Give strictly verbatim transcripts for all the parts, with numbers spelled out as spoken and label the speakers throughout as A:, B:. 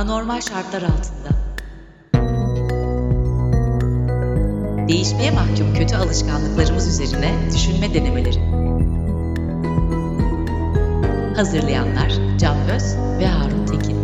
A: Anormal şartlar altında. Değişmeye mahkum kötü alışkanlıklarımız üzerine düşünme denemeleri. Hazırlayanlar Can Öz ve Harun Tekin.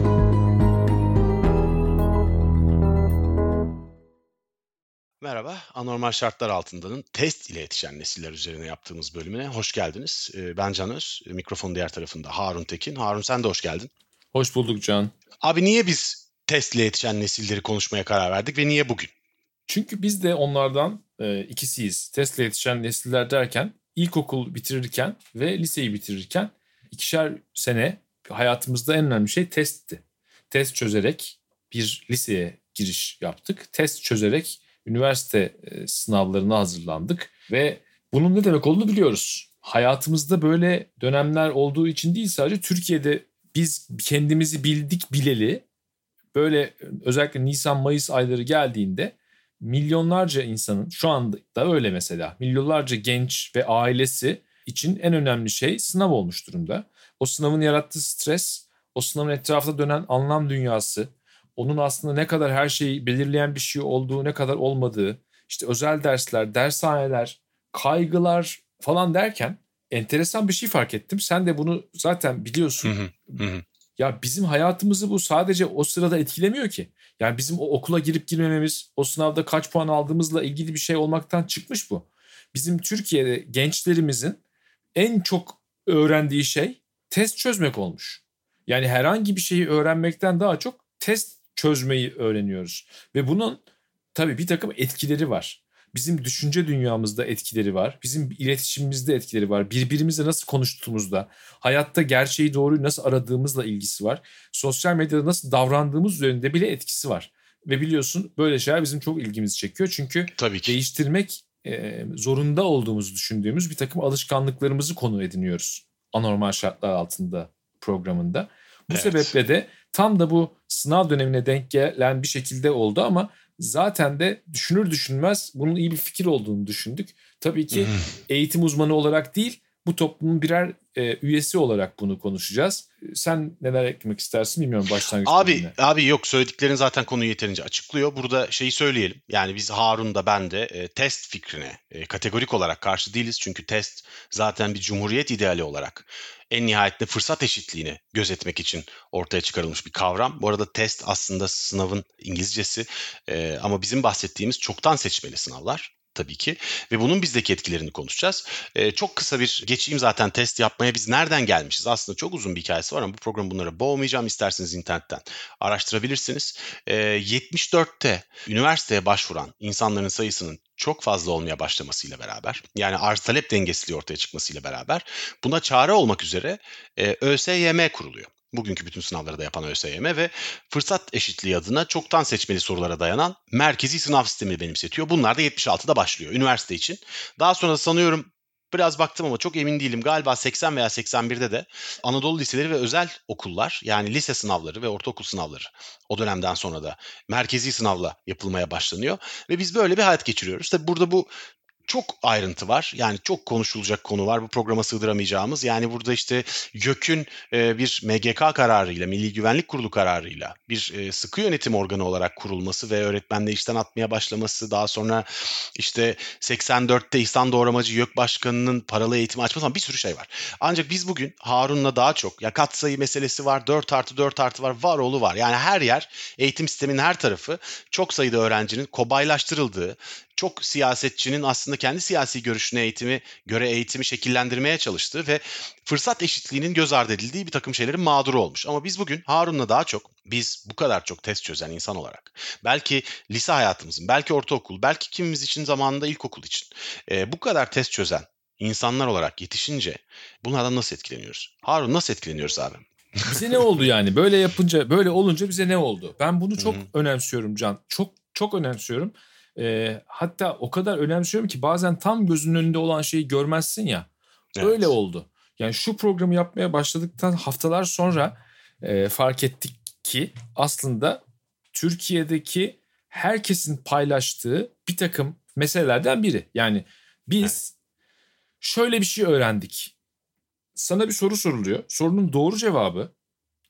B: Merhaba, Anormal Şartlar Altında'nın test ile yetişen nesiller üzerine yaptığımız bölümüne hoş geldiniz. Ben Can Öz, mikrofonun diğer tarafında Harun Tekin. Harun, sen de hoş geldin.
C: Hoş bulduk Can.
B: Abi niye biz test ile yetişen nesilleri konuşmaya karar verdik ve niye bugün?
C: Çünkü biz de onlardan e, ikisiyiz. Test ile yetişen nesiller derken ilkokul bitirirken ve liseyi bitirirken ikişer sene hayatımızda en önemli şey testti. Test çözerek bir liseye giriş yaptık. Test çözerek üniversite e, sınavlarına hazırlandık ve bunun ne demek olduğunu biliyoruz. Hayatımızda böyle dönemler olduğu için değil, sadece Türkiye'de biz kendimizi bildik bileli böyle özellikle Nisan-Mayıs ayları geldiğinde milyonlarca insanın, şu anda da öyle mesela, milyonlarca genç ve ailesi için en önemli şey sınav olmuş durumda. O sınavın yarattığı stres, o sınavın etrafında dönen anlam dünyası, onun aslında ne kadar her şeyi belirleyen bir şey olduğu, ne kadar olmadığı, işte özel dersler, dershaneler, kaygılar falan derken enteresan bir şey fark ettim. Sen de bunu zaten biliyorsun.
B: Hı hı, hı.
C: Ya bizim hayatımızı bu sadece o sırada etkilemiyor ki. Yani bizim o okula girip girmememiz, o sınavda kaç puan aldığımızla ilgili bir şey olmaktan çıkmış bu. Bizim Türkiye'de gençlerimizin en çok öğrendiği şey test çözmek olmuş. Yani herhangi bir şeyi öğrenmekten daha çok test çözmeyi öğreniyoruz. Ve bunun tabii bir takım etkileri var. Bizim düşünce dünyamızda etkileri var. Bizim iletişimimizde etkileri var. Birbirimizle nasıl konuştuğumuzda, hayatta gerçeği doğruyu nasıl aradığımızla ilgisi var. Sosyal medyada nasıl davrandığımız üzerinde bile etkisi var. Ve biliyorsun böyle şeyler bizim çok ilgimizi çekiyor. Çünkü
B: Tabii ki.
C: değiştirmek e, zorunda olduğumuzu düşündüğümüz bir takım alışkanlıklarımızı konu ediniyoruz. Anormal Şartlar Altında programında. Bu
B: Evet.
C: sebeple de tam da bu sınav dönemine denk gelen bir şekilde oldu ama zaten de düşünür düşünmez bunun iyi bir fikir olduğunu düşündük. Tabii ki eğitim uzmanı olarak değil, bu toplumun birer e, üyesi olarak bunu konuşacağız. Sen neler eklemek istersin bilmiyorum başlangıç
B: Abi,
C: bölümüne.
B: abi yok, söylediklerin zaten konuyu yeterince açıklıyor. Burada şeyi söyleyelim. Yani biz Harun da ben de e, test fikrine e, kategorik olarak karşı değiliz. Çünkü test zaten bir cumhuriyet ideali olarak en nihayetinde fırsat eşitliğini gözetmek için ortaya çıkarılmış bir kavram. Bu arada test aslında sınavın İngilizcesi e, ama bizim bahsettiğimiz çoktan seçmeli sınavlar. Tabii ki ve bunun bizdeki etkilerini konuşacağız. Ee, çok kısa bir geçeyim zaten test yapmaya biz nereden gelmişiz? Aslında çok uzun bir hikayesi var ama bu programı bunlara boğmayacağım. İsterseniz internetten araştırabilirsiniz. Ee, yetmiş dörtte üniversiteye başvuran insanların sayısının çok fazla olmaya başlamasıyla beraber, yani arz talep dengesizliği ortaya çıkmasıyla beraber buna çare olmak üzere e, ÖSYM kuruluyor. Bugünkü bütün sınavları da yapan ÖSYM ve fırsat eşitliği adına çoktan seçmeli sorulara dayanan merkezi sınav sistemi benimsetiyor. Bunlar da yetmiş altıda başlıyor üniversite için. Daha sonra sanıyorum biraz baktım ama çok emin değilim. Galiba seksen veya seksen birde de Anadolu liseleri ve özel okullar, yani lise sınavları ve ortaokul sınavları o dönemden sonra da merkezi sınavla yapılmaya başlanıyor. Ve biz böyle bir hayat geçiriyoruz. Tabii burada bu çok ayrıntı var. Yani çok konuşulacak konu var. Bu programa sığdıramayacağımız. Yani burada işte YÖK'ün e, bir M G K kararıyla, Milli Güvenlik Kurulu kararıyla bir e, sıkı yönetim organı olarak kurulması ve öğretmenleri işten atmaya başlaması, daha sonra işte seksen dörtte İhsan Doğramacı YÖK Başkanı'nın paralı eğitimi açması falan bir sürü şey var. Ancak biz bugün Harun'la daha çok, ya katsayı meselesi var, dört artı dört artı var, var oğlu var. Yani her yer, eğitim sisteminin her tarafı çok sayıda öğrencinin kobaylaştırıldığı, çok siyasetçinin aslında kendi siyasi görüşüne eğitimi göre eğitimi şekillendirmeye çalıştığı ve fırsat eşitliğinin göz ardı edildiği bir takım şeylerin mağduru olmuş. Ama biz bugün Harun'la daha çok, biz bu kadar çok test çözen insan olarak, belki lise hayatımızın, belki ortaokul, belki kimimiz için zamanında ilkokul için e, bu kadar test çözen insanlar olarak yetişince bunlardan nasıl etkileniyoruz? Harun, nasıl etkileniyoruz abi?
C: Bize ne oldu yani? Böyle yapınca, böyle olunca bize ne oldu? Ben bunu çok Hı-hı. önemsiyorum Can. Çok çok önemsiyorum. Ee, hatta o kadar önemsiyorum ki bazen tam gözünün önünde olan şeyi görmezsin ya. Evet. Öyle oldu. Yani şu programı yapmaya başladıktan haftalar sonra e, fark ettik ki aslında Türkiye'deki herkesin paylaştığı bir takım meselelerden biri. Yani biz evet. şöyle bir şey öğrendik. Sana bir soru soruluyor. Sorunun doğru cevabı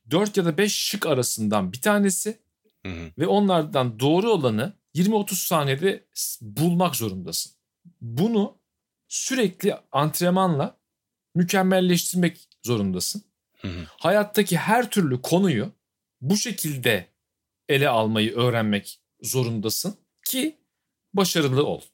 C: dört ya da beş şık arasından bir tanesi
B: Hı hı.
C: ve onlardan doğru olanı yirmi otuz saniyede bulmak zorundasın. Bunu sürekli antrenmanla mükemmelleştirmek zorundasın.
B: Hı hı.
C: Hayattaki her türlü konuyu bu şekilde ele almayı öğrenmek zorundasın ki başarılı ol.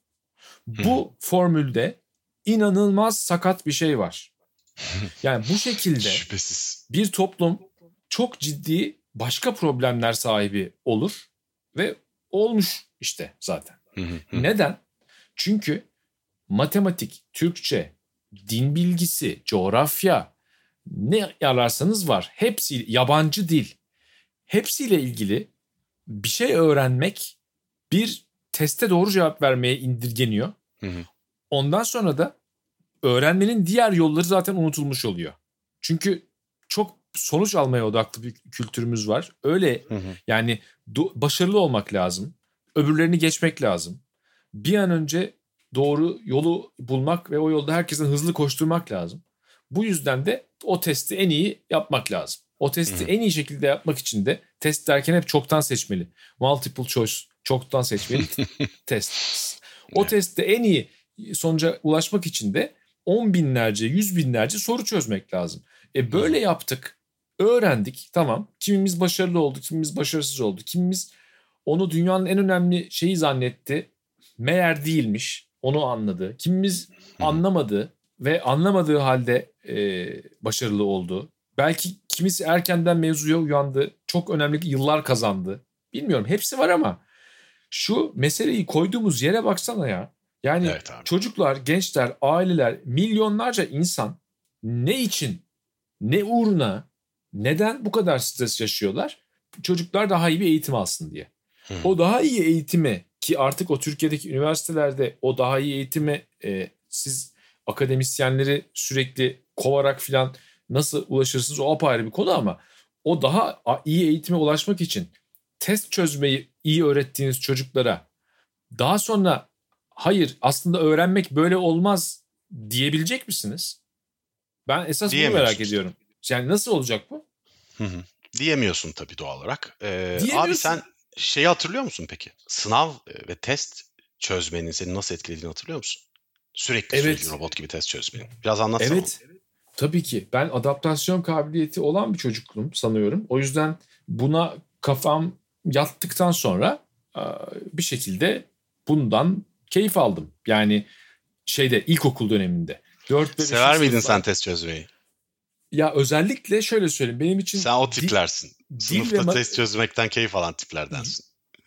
C: Bu formülde inanılmaz sakat bir şey var. Yani bu şekilde
B: Şüphesiz.
C: bir toplum çok ciddi başka problemler sahibi olur ve olmuş işte zaten.
B: Hı hı hı.
C: Neden? Çünkü matematik, Türkçe, din bilgisi, coğrafya, ne ararsanız var. Hepsi yabancı dil. Hepsiyle ilgili bir şey öğrenmek bir teste doğru cevap vermeye indirgeniyor.
B: Hı hı.
C: Ondan sonra da öğrenmenin diğer yolları zaten unutulmuş oluyor. Çünkü çok sonuç almaya odaklı bir kültürümüz var. Öyle
B: Hı hı.
C: yani do- başarılı olmak lazım. Öbürlerini geçmek lazım. Bir an önce doğru yolu bulmak ve o yolda herkesten hızlı koşturmak lazım. Bu yüzden de o testi en iyi yapmak lazım. O testi
B: Hı hı.
C: en iyi şekilde yapmak için de test derken hep çoktan seçmeli. Multiple choice, çoktan seçmeli test. O
B: Evet.
C: testte en iyi sonuca ulaşmak için de on binlerce, yüz binlerce soru çözmek lazım. E böyle
B: Hı.
C: yaptık, öğrendik, tamam. Kimimiz başarılı oldu, kimimiz başarısız oldu. Kimimiz onu dünyanın en önemli şeyi zannetti, meğer değilmiş, onu anladı. Kimimiz
B: Hı.
C: anlamadı ve anlamadığı halde e, başarılı oldu. Belki kimisi erkenden mevzuya uyandı, çok önemli yıllar kazandı. Bilmiyorum, hepsi var ama şu meseleyi koyduğumuz yere baksana ya. Yani
B: Evet abi.
C: çocuklar, gençler, aileler, milyonlarca insan ne için, ne uğruna, neden bu kadar stres yaşıyorlar? Çocuklar daha iyi bir eğitim alsın diye.
B: Hı.
C: O daha iyi eğitimi ki artık o Türkiye'deki üniversitelerde o daha iyi eğitime e, siz akademisyenleri sürekli kovarak filan nasıl ulaşırsınız o apayrı bir konu ama o daha iyi eğitime ulaşmak için test çözmeyi iyi öğrettiğiniz çocuklara daha sonra hayır aslında öğrenmek böyle olmaz diyebilecek misiniz? Ben esas bunu merak
B: Diyemiyorsun işte.
C: ediyorum. Yani nasıl olacak bu?
B: Hı hı. Diyemiyorsun tabii doğal olarak. Ee, abi
C: Diyemiyorsun.
B: sen şeyi hatırlıyor musun peki? Sınav e, ve test çözmenin seni nasıl etkilediğini hatırlıyor musun? Sürekli
C: Evet.
B: sürekli robot gibi test çözmenin. Biraz anlatsana.
C: Evet. Tabii ki. Ben adaptasyon kabiliyeti olan bir çocuktum sanıyorum. O yüzden buna kafam yattıktan sonra e, bir şekilde bundan keyif aldım. Yani şeyde ilkokul döneminde. dört ve beşinci
B: Sever miydin
C: sınıflar.
B: sen test çözmeyi?
C: Ya özellikle şöyle söyleyeyim. Benim için
B: Sen o
C: dil-
B: tiplersin.
C: dil
B: Sınıfta
C: ve ma-
B: test çözmekten keyif alan tiplerdensin.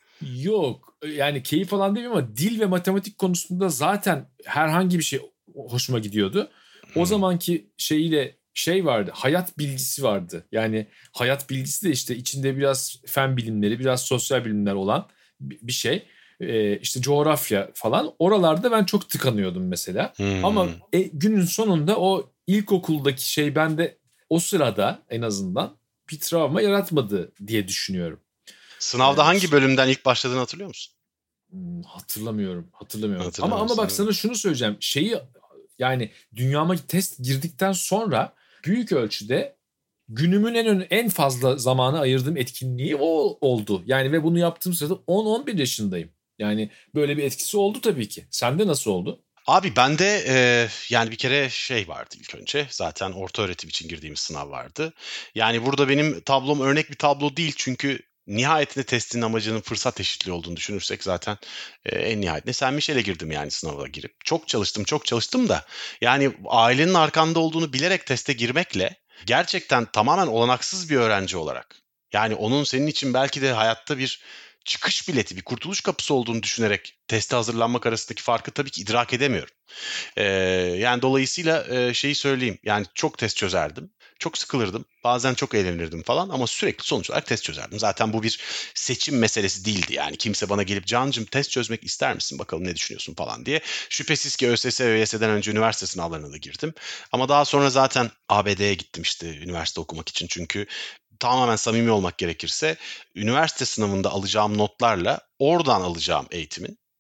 C: Yok. Yani keyif alan değil ama dil ve matematik konusunda zaten herhangi bir şey hoşuma gidiyordu. O
B: Hmm.
C: zamanki şeyiyle şey vardı. Hayat bilgisi vardı. Yani hayat bilgisi de işte içinde biraz fen bilimleri, biraz sosyal bilimler olan bi- bir şey. Ee, işte coğrafya falan. Oralarda ben çok tıkanıyordum mesela.
B: Hmm.
C: Ama e, günün sonunda o ilkokuldaki şey bende o sırada en azından bir travma yaratmadı diye düşünüyorum.
B: Sınavda
C: Ee,
B: hangi bölümden ilk başladığını hatırlıyor musun?
C: Hmm, Hatırlamıyorum. Hatırlamıyorum. Ama
B: Hatırlamıyorsun,
C: ama bak
B: değil mi?
C: sana şunu söyleyeceğim. Şeyi yani dünyama test girdikten sonra büyük ölçüde günümün en ön- en fazla zamanı ayırdığım etkinliği o oldu. Yani ve bunu yaptığım sırada on on bir yaşındayım. Yani böyle bir etkisi oldu tabii ki. Sende nasıl oldu?
B: Abi bende e, yani bir kere şey vardı ilk önce. Zaten orta öğretim için girdiğimiz sınav vardı. Yani burada benim tablom örnek bir tablo değil. Çünkü nihayetinde testin amacının fırsat eşitliği olduğunu düşünürsek zaten e, en nihayetinde Sen Michel'e girdim yani sınava girip. Çok çalıştım, çok çalıştım da yani ailenin arkanda olduğunu bilerek teste girmekle gerçekten tamamen olanaksız bir öğrenci olarak yani onun senin için belki de hayatta bir çıkış bileti, bir kurtuluş kapısı olduğunu düşünerek teste hazırlanmak arasındaki farkı tabii ki idrak edemiyorum. Ee, yani dolayısıyla e, şeyi söyleyeyim. Yani çok test çözerdim. Çok sıkılırdım. Bazen çok eğlenirdim falan ama sürekli sonuç olarak test çözerdim. Zaten bu bir seçim meselesi değildi. Yani kimse bana gelip Cancım test çözmek ister misin bakalım ne düşünüyorsun falan diye. Şüphesiz ki ÖSS ve YS'den önce üniversite sınavlarına da girdim. Ama daha sonra zaten A B D'ye gittim işte üniversite okumak için. Çünkü tamamen samimi olmak gerekirse üniversite sınavında alacağım notlarla oradan alacağım eğitimin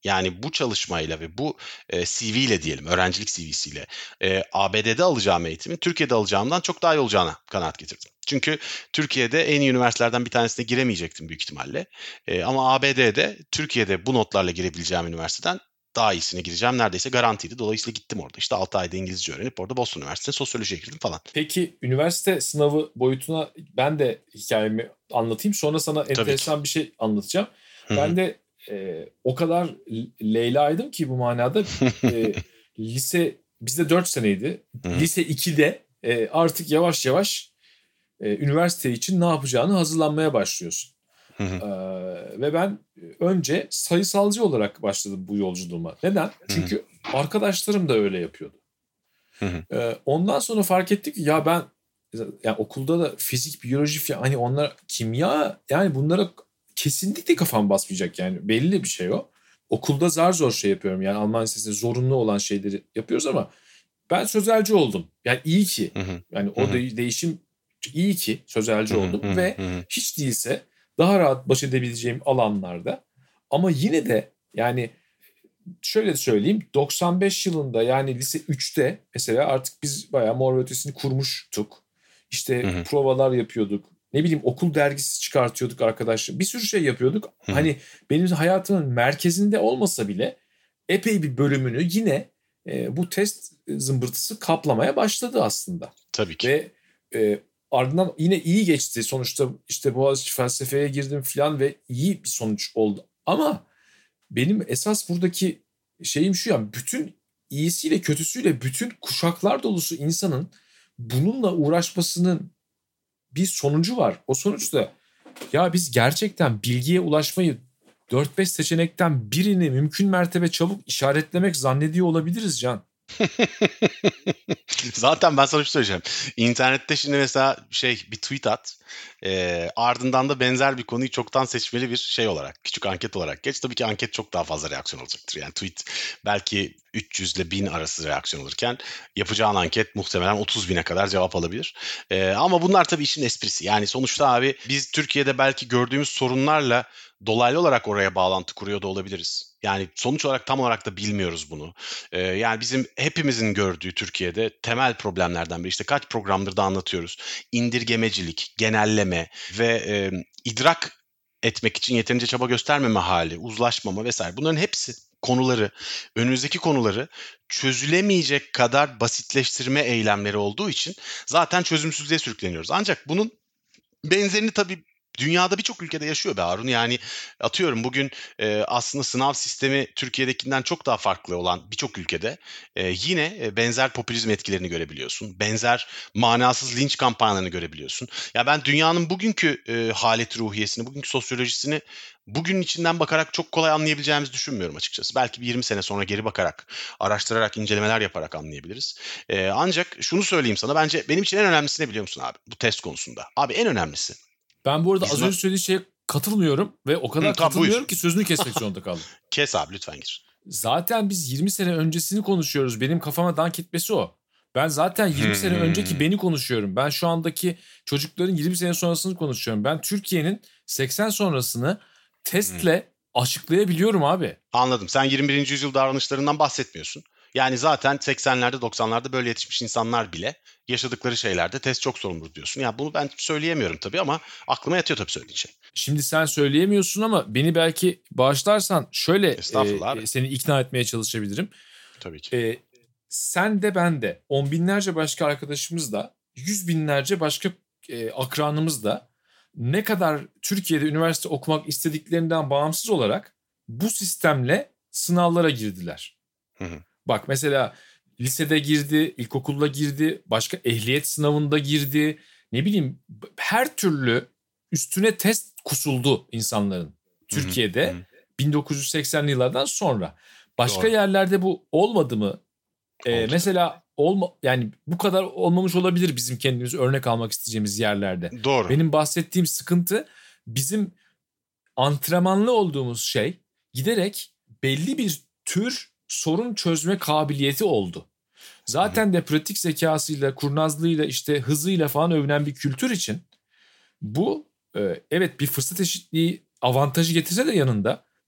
B: Yani bu çalışmayla ve bu e, C V ile diyelim, öğrencilik C V'siyle e, A B D'de alacağım eğitimin Türkiye'de alacağımdan çok daha iyi olacağına kanaat getirdim. Çünkü Türkiye'de en iyi üniversitelerden bir tanesine giremeyecektim büyük ihtimalle. E, ama A B D'de Türkiye'de bu notlarla girebileceğim üniversiteden daha iyisine gireceğim neredeyse garantiydi. Dolayısıyla gittim orada. İşte altı ayda İngilizce öğrenip orada Boston Üniversitesi'ne sosyolojiye girdim falan.
C: Peki üniversite sınavı boyutuna ben de hikayemi anlatayım. Sonra sana enteresan bir şey anlatacağım.
B: Hı-hı.
C: Ben de e, o kadar Leyla'ydım ki bu manada e, lise bizde dört seneydi. Hı-hı. Lise ikide e, artık yavaş yavaş e, üniversite için ne yapacağını hazırlanmaya başlıyorsun. Ee, ve ben önce sayısalcı olarak başladım bu yolculuğuma. Neden? Çünkü Hı-hı. arkadaşlarım da öyle yapıyordu. Ee, ondan sonra fark ettik ki ya ben yani okulda da fizik, biyoloji, hani onlar kimya, yani bunlara kesinlikle kafam basmayacak, yani belli bir şey o. Okulda zar zor şey yapıyorum, yani Alman lisesinde zorunlu olan şeyleri yapıyoruz ama ben sözelci oldum. Yani iyi ki Hı-hı. yani o de- değişim iyi ki sözelci oldum Hı-hı. ve Hı-hı. hiç değilse daha rahat baş edebileceğim alanlarda, ama yine de yani şöyle söyleyeyim, doksan beş yılında yani lise üçte mesela artık biz bayağı Mor ve Ötesi'ni kurmuştuk. İşte Hı-hı. provalar yapıyorduk. Ne bileyim okul dergisi çıkartıyorduk arkadaşlar. Bir sürü şey yapıyorduk. Hı-hı. Hani benim hayatımın merkezinde olmasa bile epey bir bölümünü yine e, bu test zımbırtısı kaplamaya başladı aslında.
B: Tabii ki.
C: Ve e, ardından yine iyi geçti. Sonuçta işte Boğaziçi felsefeye girdim falan ve iyi bir sonuç oldu. Ama benim esas buradaki şeyim şu, ya bütün iyisiyle kötüsüyle bütün kuşaklar dolusu insanın bununla uğraşmasının bir sonucu var. O sonuç da ya biz gerçekten bilgiye ulaşmayı dört beş seçenekten birini mümkün mertebe çabuk işaretlemek zannediyor olabiliriz Can.
B: Zaten ben sana bir şey söyleyeceğim. İnternette şimdi mesela şey bir tweet at. E, ardından da benzer bir konuyu çoktan seçmeli bir şey olarak, küçük anket olarak geç. Tabii ki anket çok daha fazla reaksiyon alacaktır. Yani tweet belki üç yüz ile bin arası reaksiyon alırken yapacağın anket muhtemelen otuz bine kadar cevap alabilir. E, ama bunlar tabii işin esprisi. Yani sonuçta abi biz Türkiye'de belki gördüğümüz sorunlarla dolaylı olarak oraya bağlantı kuruyor da olabiliriz. Yani sonuç olarak tam olarak da bilmiyoruz bunu. Ee, yani bizim hepimizin gördüğü Türkiye'de temel problemlerden biri, işte kaç programdır da anlatıyoruz. İndirgemecilik, genelleme ve e, idrak etmek için yeterince çaba göstermeme hali, uzlaşmama vesaire. Bunların hepsi konuları, önümüzdeki konuları çözülemeyecek kadar basitleştirme eylemleri olduğu için zaten çözümsüzlüğe sürükleniyoruz. Ancak bunun benzerini tabii dünyada birçok ülkede yaşıyor be Harun. Yani atıyorum bugün e, aslında sınav sistemi Türkiye'dekinden çok daha farklı olan birçok ülkede e, yine e, benzer popülizm etkilerini görebiliyorsun. Benzer manasız linç kampanyalarını görebiliyorsun. Ya ben dünyanın bugünkü e, haleti ruhiyesini, bugünkü sosyolojisini bugünün içinden bakarak çok kolay anlayabileceğimizi düşünmüyorum açıkçası. Belki bir yirmi sene sonra geri bakarak, araştırarak, incelemeler yaparak anlayabiliriz. E, ancak şunu söyleyeyim sana, bence benim için en önemlisi ne biliyor musun abi bu test konusunda? Abi en önemlisi.
C: Ben bu arada
B: Biz
C: az
B: na-
C: önce söylediği şeye katılmıyorum ve o kadar
B: Hı, tamam,
C: katılmıyorum
B: buyur.
C: ki sözünü kesmek zorunda kaldım.
B: Kes abi lütfen gir.
C: Zaten biz yirmi sene öncesini konuşuyoruz. Benim kafama dank etmesi o. Ben zaten yirmi sene önceki beni konuşuyorum. Ben şu andaki çocukların yirmi sene sonrasını konuşuyorum. Ben Türkiye'nin seksen sonrasını testle açıklayabiliyorum abi.
B: Anladım. Sen yirmi birinci yüzyıl davranışlarından bahsetmiyorsun. Yani zaten seksenlerde doksanlarda böyle yetişmiş insanlar bile yaşadıkları şeylerde test çok sorumludur diyorsun. Ya bunu ben söyleyemiyorum tabii ama aklıma yatıyor tabii söylediğin şey.
C: Şimdi sen söyleyemiyorsun ama beni belki bağışlarsan şöyle
B: Estağfurullah abi.
C: e, seni ikna etmeye çalışabilirim.
B: Tabii ki.
C: E, sen de ben de on binlerce başka arkadaşımız da yüz binlerce başka e, akranımız da ne kadar Türkiye'de üniversite okumak istediklerinden bağımsız olarak bu sistemle sınavlara girdiler.
B: Hı hı.
C: Bak mesela lisede girdi, ilkokulda girdi, başka ehliyet sınavında girdi. Ne bileyim her türlü üstüne test kusuldu insanların Türkiye'de hı hı. bin dokuz yüz seksenli yıllardan sonra. Başka Doğru. yerlerde bu olmadı mı? Ee, mesela olma yani bu kadar olmamış olabilir bizim kendimiz örnek almak isteyeceğimiz yerlerde.
B: Doğru.
C: Benim bahsettiğim sıkıntı bizim antrenmanlı olduğumuz şey giderek belli bir tür sorun çözme kabiliyeti oldu. Zaten Hı-hı. de pratik zekasıyla, kurnazlığıyla, işte hızıyla falan övünen bir kültür için bu e, evet bir fırsat eşitliği avantajı getirse de yanında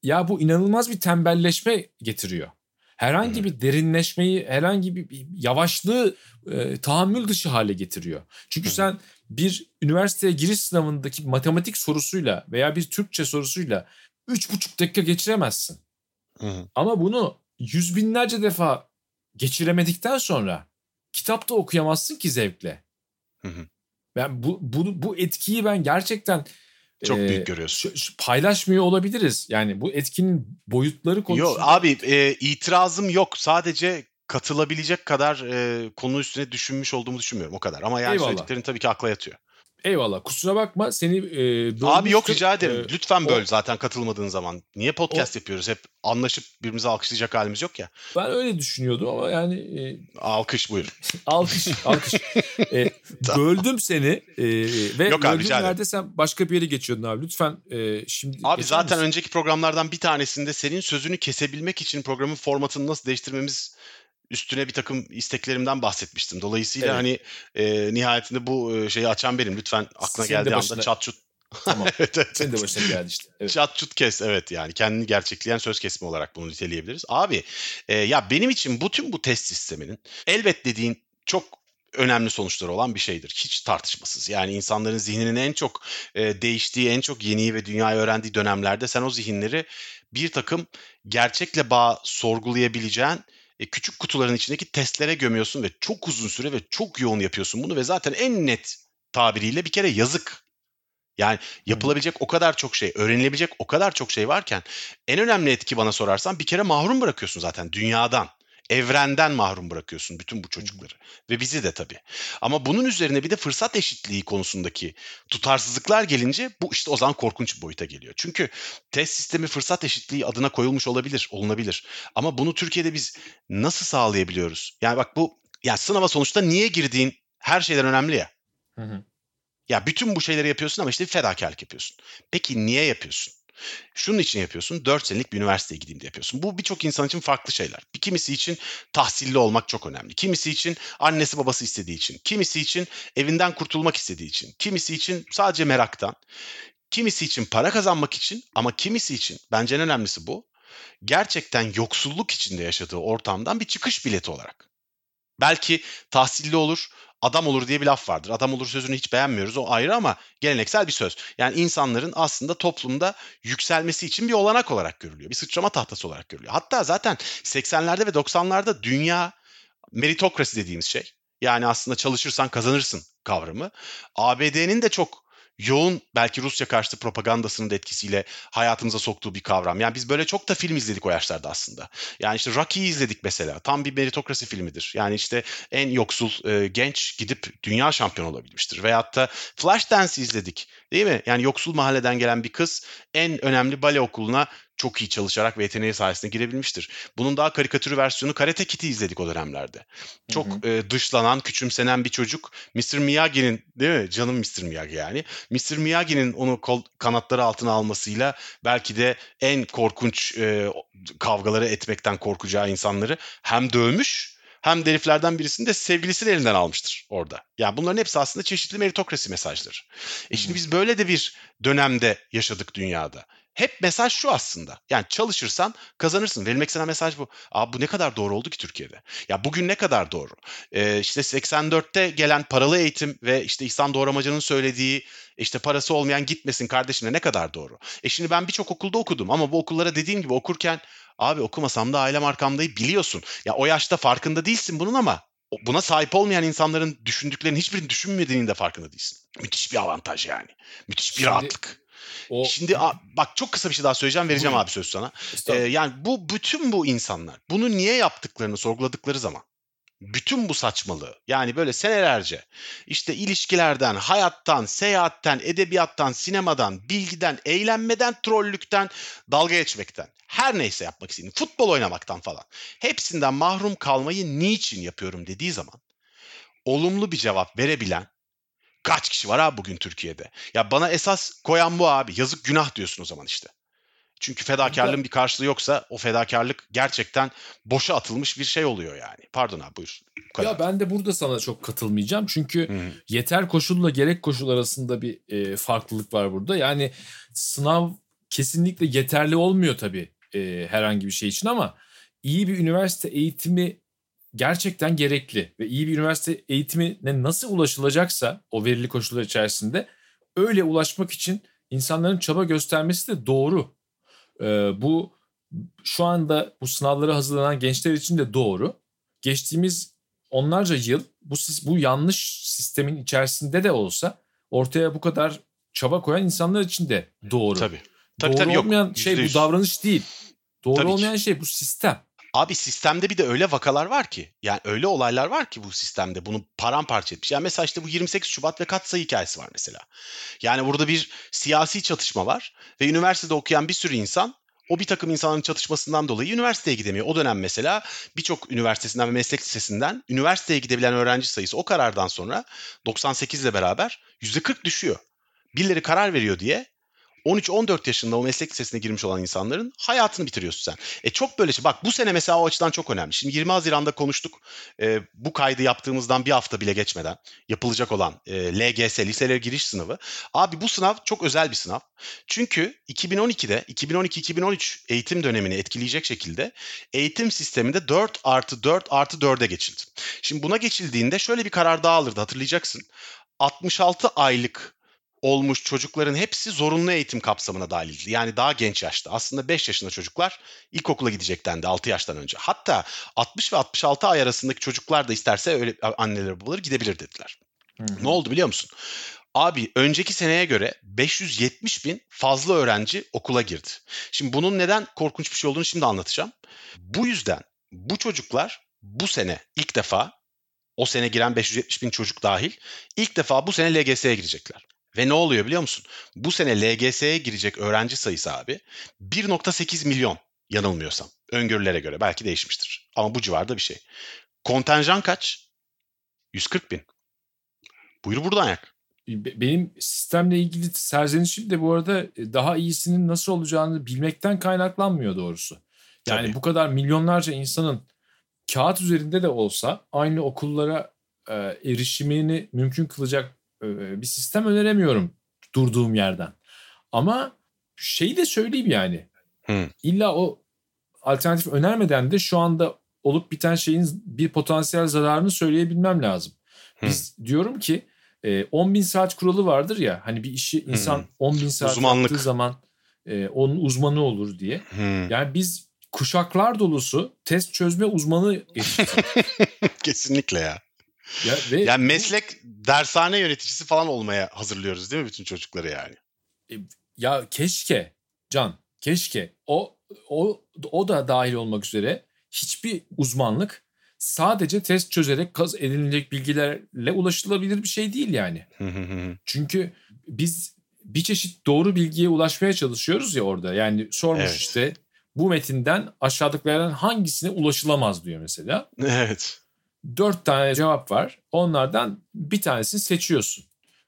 C: ya bu inanılmaz bir tembelleşme getiriyor. Herhangi bir derinleşmeyi, herhangi bir, bir yavaşlığı e, tahammül dışı hale getiriyor. Çünkü sen bir üniversiteye giriş sınavındaki matematik sorusuyla veya bir Türkçe sorusuyla üç buçuk dakika geçiremezsin.
B: Hı hı.
C: Ama bunu yüz binlerce defa geçiremedikten sonra kitapta okuyamazsın ki zevkle.
B: Hı hı.
C: Ben bu, bu, bu etkiyi ben gerçekten
B: Çok
C: e,
B: büyük görüyorsun.
C: şu- şu paylaşmıyor olabiliriz. Yani bu etkinin boyutları konusunda.
B: Yok abi e, itirazım yok. Sadece katılabilecek kadar e, konu üstüne düşünmüş olduğumu düşünmüyorum o kadar. Ama yani
C: Eyvallah.
B: söylediklerin tabii ki akla yatıyor.
C: Eyvallah, kusura bakma seni e,
B: Abi yok
C: bölmüştüm.
B: rica ederim.
C: E,
B: Lütfen böl
C: o-
B: zaten katılmadığın zaman. Niye podcast yapıyoruz? Hep anlaşıp birbirimizi alkışlayacak halimiz yok ya.
C: Ben öyle düşünüyordum ama yani e,
B: Alkış buyur.
C: alkış alkış. E, böldüm seni e, ve
B: Yok abi,
C: böldüğüm
B: rica ederim.
C: yerde sen başka bir yere geçiyordun abi. Lütfen e, şimdi
B: Abi
C: geçer
B: zaten
C: misin?
B: önceki programlardan bir tanesinde senin sözünü kesebilmek için programın formatını nasıl değiştirmemiz üstüne bir takım isteklerimden bahsetmiştim. Dolayısıyla
C: Evet.
B: hani e, nihayetinde bu e, şeyi açan benim. Lütfen aklına
C: Senin de
B: geldiği
C: başına-
B: anda çat çut.
C: Tamam.
B: evet, evet,
C: Senin de
B: evet.
C: başına geldi işte. Evet.
B: Çat çut kes, evet, yani kendini gerçekleyen söz kesimi olarak bunu niteleyebiliriz. Abi e, ya benim için bütün bu test sisteminin elbet dediğin çok önemli sonuçları olan bir şeydir. Hiç tartışmasız. Yani insanların zihninin en çok e, değiştiği, en çok yeniyi ve dünyayı öğrendiği dönemlerde sen o zihinleri bir takım gerçekle bağ sorgulayabileceğin e, küçük kutuların içindeki testlere gömüyorsun ve çok uzun süre ve çok yoğun yapıyorsun bunu ve zaten en net tabiriyle bir kere yazık. Yani yapılabilecek o kadar çok şey, öğrenilebilecek o kadar çok şey varken en önemli etki bana sorarsan bir kere mahrum bırakıyorsun zaten dünyadan. Evrenden mahrum bırakıyorsun bütün bu çocukları ve bizi de tabii. Ama bunun üzerine bir de fırsat eşitliği konusundaki tutarsızlıklar gelince bu işte o zaman korkunç bir boyuta geliyor. Çünkü test sistemi fırsat eşitliği adına koyulmuş olabilir, olunabilir. Ama bunu Türkiye'de biz nasıl sağlayabiliyoruz? Yani bak bu, ya sınava sonuçta niye girdiğin her şeyden önemli ya.
C: Hı hı.
B: Ya bütün bu şeyleri yapıyorsun ama işte bir fedakarlık yapıyorsun. Peki niye yapıyorsun? Şunun için yapıyorsun. dört senelik bir üniversiteye gideyim diye yapıyorsun. Bu birçok insan için farklı şeyler. Bir kimisi için tahsilli olmak çok önemli. Kimisi için annesi babası istediği için. Kimisi için evinden kurtulmak istediği için. Kimisi için sadece meraktan. Kimisi için para kazanmak için ama kimisi için, bence en önemlisi bu, gerçekten yoksulluk içinde yaşadığı ortamdan bir çıkış bileti olarak. Belki tahsilli olur, adam olur diye bir laf vardır. Adam olur sözünü hiç beğenmiyoruz, o ayrı, ama geleneksel bir söz. Yani insanların aslında toplumda yükselmesi için bir olanak olarak görülüyor. Bir sıçrama tahtası olarak görülüyor. Hatta zaten seksenlerde ve doksanlarda dünya meritokrasi dediğimiz şey, yani aslında çalışırsan kazanırsın kavramı, A B D'nin de çok yoğun, belki Rusya karşıtı propagandasının da etkisiyle hayatımıza soktuğu bir kavram. Yani biz böyle çok da film izledik o yaşlarda aslında. Yani işte Rocky'yi izledik mesela. Tam bir meritokrasi filmidir. Yani işte en yoksul e, genç gidip dünya şampiyonu olabilmiştir. Veyahut da Flashdance izledik. Değil mi? Yani yoksul mahalleden gelen bir kız en önemli bale okuluna çok iyi çalışarak ve yeteneği sayesinde girebilmiştir. Bunun daha karikatür versiyonu Karate Kid'i izledik o dönemlerde. Çok
C: Hı hı.
B: e, dışlanan, küçümsenen bir çocuk. mister Miyagi'nin, değil mi? Canım mister Miyagi yani. mister Miyagi'nin onu kol, kanatları altına almasıyla belki de en korkunç e, kavgaları etmekten korkacağı insanları hem dövmüş hem de heriflerden birisini de sevgilisini elinden almıştır orada. Yani bunların hepsi aslında çeşitli meritokrasi mesajları. E şimdi biz böyle de bir dönemde yaşadık dünyada. Hep mesaj şu aslında. Yani çalışırsan kazanırsın. Verilmek istenen mesaj bu. Abi bu ne kadar doğru oldu ki Türkiye'de? Ya bugün ne kadar doğru? Ee, işte seksen dörtte gelen paralı eğitim ve işte İhsan Doğramacı'nın söylediği işte parası olmayan gitmesin kardeşim de ne kadar doğru? E şimdi ben birçok okulda okudum ama bu okullara dediğim gibi okurken abi okumasam da ailem arkamdayı biliyorsun. Ya o yaşta farkında değilsin bunun ama buna sahip olmayan insanların düşündüklerinin hiçbirini düşünmediğinin de farkında değilsin. Müthiş bir avantaj yani. Müthiş bir
C: Şimdi
B: rahatlık.
C: o
B: Şimdi a- bak çok kısa bir şey daha söyleyeceğim, vereceğim
C: Buyurun.
B: abi söz sana. Ee,
C: Estağfurullah.
B: yani bu bütün bu insanlar bunu niye yaptıklarını sorguladıkları zaman bütün bu saçmalığı, yani böyle senelerce işte ilişkilerden, hayattan, seyahatten, edebiyattan, sinemadan, bilgiden, eğlenmeden, trollükten, dalga geçmekten, her neyse yapmak istediğin, futbol oynamaktan falan, hepsinden mahrum kalmayı niçin yapıyorum dediği zaman olumlu bir cevap verebilen kaç kişi var abi bugün Türkiye'de? Ya bana esas koyan bu abi. Yazık, günah diyorsun o zaman işte. Çünkü fedakarlığın
C: Burada
B: bir karşılığı yoksa o fedakarlık gerçekten boşa atılmış bir şey oluyor yani. Pardon abi, buyur. Bu kadar.
C: Ya ben de burada sana çok katılmayacağım. Çünkü
B: Hı-hı.
C: yeter koşulla gerek koşul arasında bir e, farklılık var burada. Yani sınav kesinlikle yeterli olmuyor tabii e, herhangi bir şey için ama iyi bir üniversite eğitimi gerçekten gerekli ve iyi bir üniversite eğitimine nasıl ulaşılacaksa o verili koşullar içerisinde öyle ulaşmak için insanların çaba göstermesi de doğru. Ee, bu şu anda bu sınavlara hazırlanan gençler için de doğru. Geçtiğimiz onlarca yıl bu bu yanlış sistemin içerisinde de olsa ortaya bu kadar çaba koyan insanlar için de doğru.
B: Tabii. Tabii,
C: doğru
B: tabii,
C: olmayan
B: yok.
C: şey
B: yüzde
C: bu
B: yüz.
C: davranış değil. Doğru
B: Tabii ki.
C: olmayan şey bu sistem.
B: Abi sistemde bir de öyle vakalar var ki, yani öyle olaylar var ki bu sistemde bunu paramparça etmiş. Yani mesela işte bu yirmi sekiz Şubat ve katsayı hikayesi var mesela. Yani burada bir siyasi çatışma var ve üniversitede okuyan bir sürü insan o bir takım insanların çatışmasından dolayı üniversiteye gidemiyor. O dönem mesela birçok üniversitesinden ve meslek lisesinden üniversiteye gidebilen öğrenci sayısı o karardan sonra doksan sekiz ile beraber yüzde kırk düşüyor. Birileri karar veriyor diye on üç on dört yaşında o meslek lisesine girmiş olan insanların hayatını bitiriyorsun sen. E çok böyle şey. Bak bu sene mesela o açıdan çok önemli. Şimdi yirmi Haziran'da konuştuk. E, bu kaydı yaptığımızdan bir hafta bile geçmeden yapılacak olan e, L G S, liselere giriş sınavı. Abi bu sınav çok özel bir sınav. Çünkü iki bin on ikide, iki bin on iki iki bin on üç eğitim dönemini etkileyecek şekilde eğitim sisteminde dört artı dört artı dörde geçildi. Şimdi buna geçildiğinde şöyle bir karar daha alırdı, hatırlayacaksın. altmış altı aylık olmuş çocukların hepsi zorunlu eğitim kapsamına dahil edildi. Yani daha genç yaşta. Aslında beş yaşında çocuklar ilkokula gidecek dendi altı yaştan önce. Hatta altmış ve altmış altı ay arasındaki çocuklar da isterse öyle anneleri babaları gidebilir dediler. Hı-hı. Ne oldu biliyor musun? Abi önceki seneye göre beş yüz yetmiş bin fazla öğrenci okula girdi. Şimdi bunun neden korkunç bir şey olduğunu şimdi anlatacağım. Bu yüzden bu çocuklar bu sene ilk defa, o sene giren beş yüz yetmiş bin çocuk dahil, ilk defa bu sene L G S'ye girecekler. Ve ne oluyor biliyor musun? Bu sene L G S'ye girecek öğrenci sayısı abi bir virgül sekiz milyon yanılmıyorsam. Öngörülere göre belki değişmiştir. Ama bu civarda bir şey. Kontenjan kaç? yüz kırk bin. Buyur buradan yak.
C: Benim sistemle ilgili serzenişim de bu arada daha iyisinin nasıl olacağını bilmekten kaynaklanmıyor doğrusu. Yani Tabii. bu kadar milyonlarca insanın kağıt üzerinde de olsa aynı okullara e, erişimini mümkün kılacak e, bir sistem öneremiyorum durduğum yerden. Ama şeyi de söyleyeyim yani. Hmm. İlla o alternatif önermeden de şu anda olup biten şeyin bir potansiyel zararını söyleyebilmem lazım. Biz hmm. diyorum ki on bin saat kuralı vardır ya, hani bir işi insan hmm. on bin saat Uzmanlık. yaptığı zaman e, onun uzmanı olur diye. Hmm. Yani biz kuşaklar dolusu test çözme uzmanı yetiştirdik.
B: Kesinlikle ya. Ya ve yani meslek dershane yöneticisi falan olmaya hazırlıyoruz değil mi bütün çocukları yani?
C: E, ya keşke Can, keşke o o o da dahil olmak üzere hiçbir uzmanlık sadece test çözerek kaz edinilecek bilgilerle ulaşılabilir bir şey değil yani. Çünkü biz bir çeşit doğru bilgiye ulaşmaya çalışıyoruz ya orada. Yani sormuş evet. işte bu metinden aşağıdakilerden hangisine ulaşılamaz diyor mesela.
B: Evet.
C: Dört tane cevap var. Onlardan bir tanesini seçiyorsun.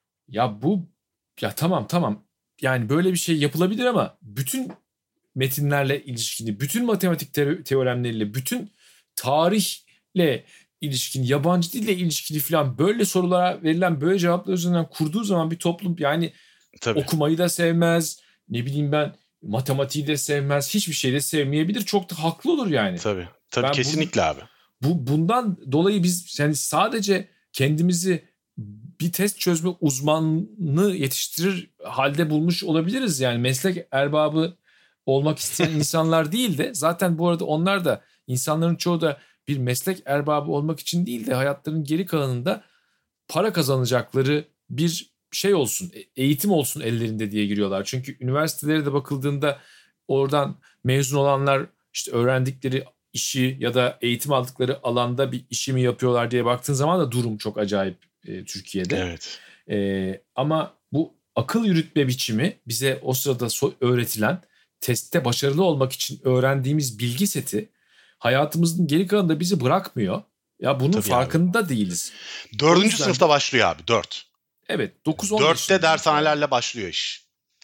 C: Ya bu ya tamam tamam yani böyle bir şey yapılabilir ama bütün metinlerle ilişkili, bütün matematik te- teoremleriyle, bütün tarihle ilişkili, yabancı dille ilişkili falan böyle sorulara verilen böyle cevaplar üzerinden kurduğu zaman bir toplum yani Tabii. okumayı da sevmez, ne bileyim ben matematiği de sevmez, hiçbir şey de sevmeyebilir. Çok da haklı olur yani.
B: Tabii. Tabii ben kesinlikle
C: bu,
B: abi.
C: Bu bundan dolayı biz yani sadece kendimizi bir test çözme uzmanını yetiştirir halde bulmuş olabiliriz. Yani meslek erbabı olmak isteyen insanlar değil de zaten bu arada onlar da insanların çoğu da bir meslek erbabı olmak için değil de hayatlarının geri kalanında para kazanacakları bir şey olsun, eğitim olsun ellerinde diye giriyorlar. Çünkü üniversitelere de bakıldığında oradan mezun olanlar işte öğrendikleri işi ya da eğitim aldıkları alanda bir işi mi yapıyorlar diye baktığın zaman da durum çok acayip e, Türkiye'de.
B: Evet.
C: E, ama bu akıl yürütme biçimi bize o sırada so- öğretilen testte başarılı olmak için öğrendiğimiz bilgi seti hayatımızın geri kalanında bizi bırakmıyor. Ya bunun Tabii farkında abi. değiliz.
B: Dördüncü yüzden... sınıfta başlıyor abi. Dört.
C: Evet. dokuz on
B: Dörtte dershanelerle yani. başlıyor iş.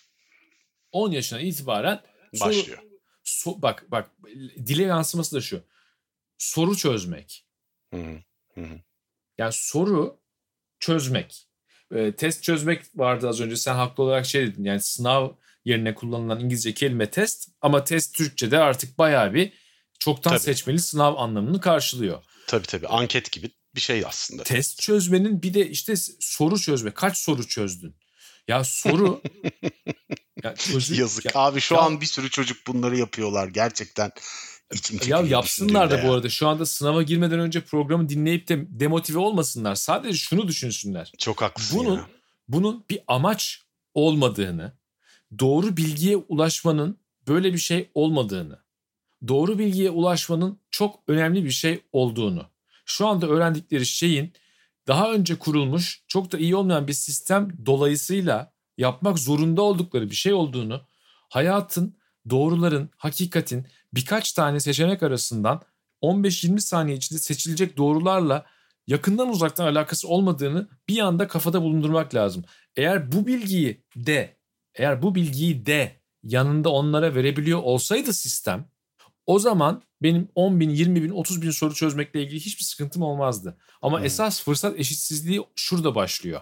C: on yaşına itibaren soru,
B: başlıyor.
C: So, bak bak dile yansıması da şu. Soru çözmek.
B: Hı hı. Hı.
C: Yani soru çözmek. E, test çözmek vardı az önce. Sen haklı olarak şey dedin. Yani sınav yerine kullanılan İngilizce kelime test. Ama test Türkçe'de artık bayağı bir çoktan
B: Tabii.
C: seçmeli sınav anlamını karşılıyor.
B: Tabii tabii. Anket gibi bir şey aslında.
C: Test çözmenin bir de işte soru çözme. Kaç soru çözdün? Ya soru... ya çözüm,
B: Yazık.
C: ya,
B: Abi şu
C: ya,
B: an bir sürü çocuk bunları yapıyorlar. Gerçekten içim
C: ya
B: çekiliyor
C: yapsınlar da
B: düşündüğümde
C: bu
B: ya.
C: arada. Şu anda sınava girmeden önce programı dinleyip de demotive olmasınlar. Sadece şunu düşünsünler.
B: Çok haklısın
C: Bunun,
B: ya.
C: bunun bir amaç olmadığını, doğru bilgiye ulaşmanın böyle bir şey olmadığını, doğru bilgiye ulaşmanın çok önemli bir şey olduğunu, şu anda öğrendikleri şeyin daha önce kurulmuş çok da iyi olmayan bir sistem dolayısıyla yapmak zorunda oldukları bir şey olduğunu, hayatın, doğruların, hakikatin birkaç tane seçenek arasından on beş yirmi saniye içinde seçilecek doğrularla yakından uzaktan alakası olmadığını bir anda kafada bulundurmak lazım. Eğer bu bilgiyi de, eğer bu bilgiyi de yanında onlara verebiliyor olsaydı sistem, o zaman benim on bin, yirmi bin, otuz bin soru çözmekle ilgili hiçbir sıkıntım olmazdı. Ama hmm. esas fırsat eşitsizliği şurada başlıyor.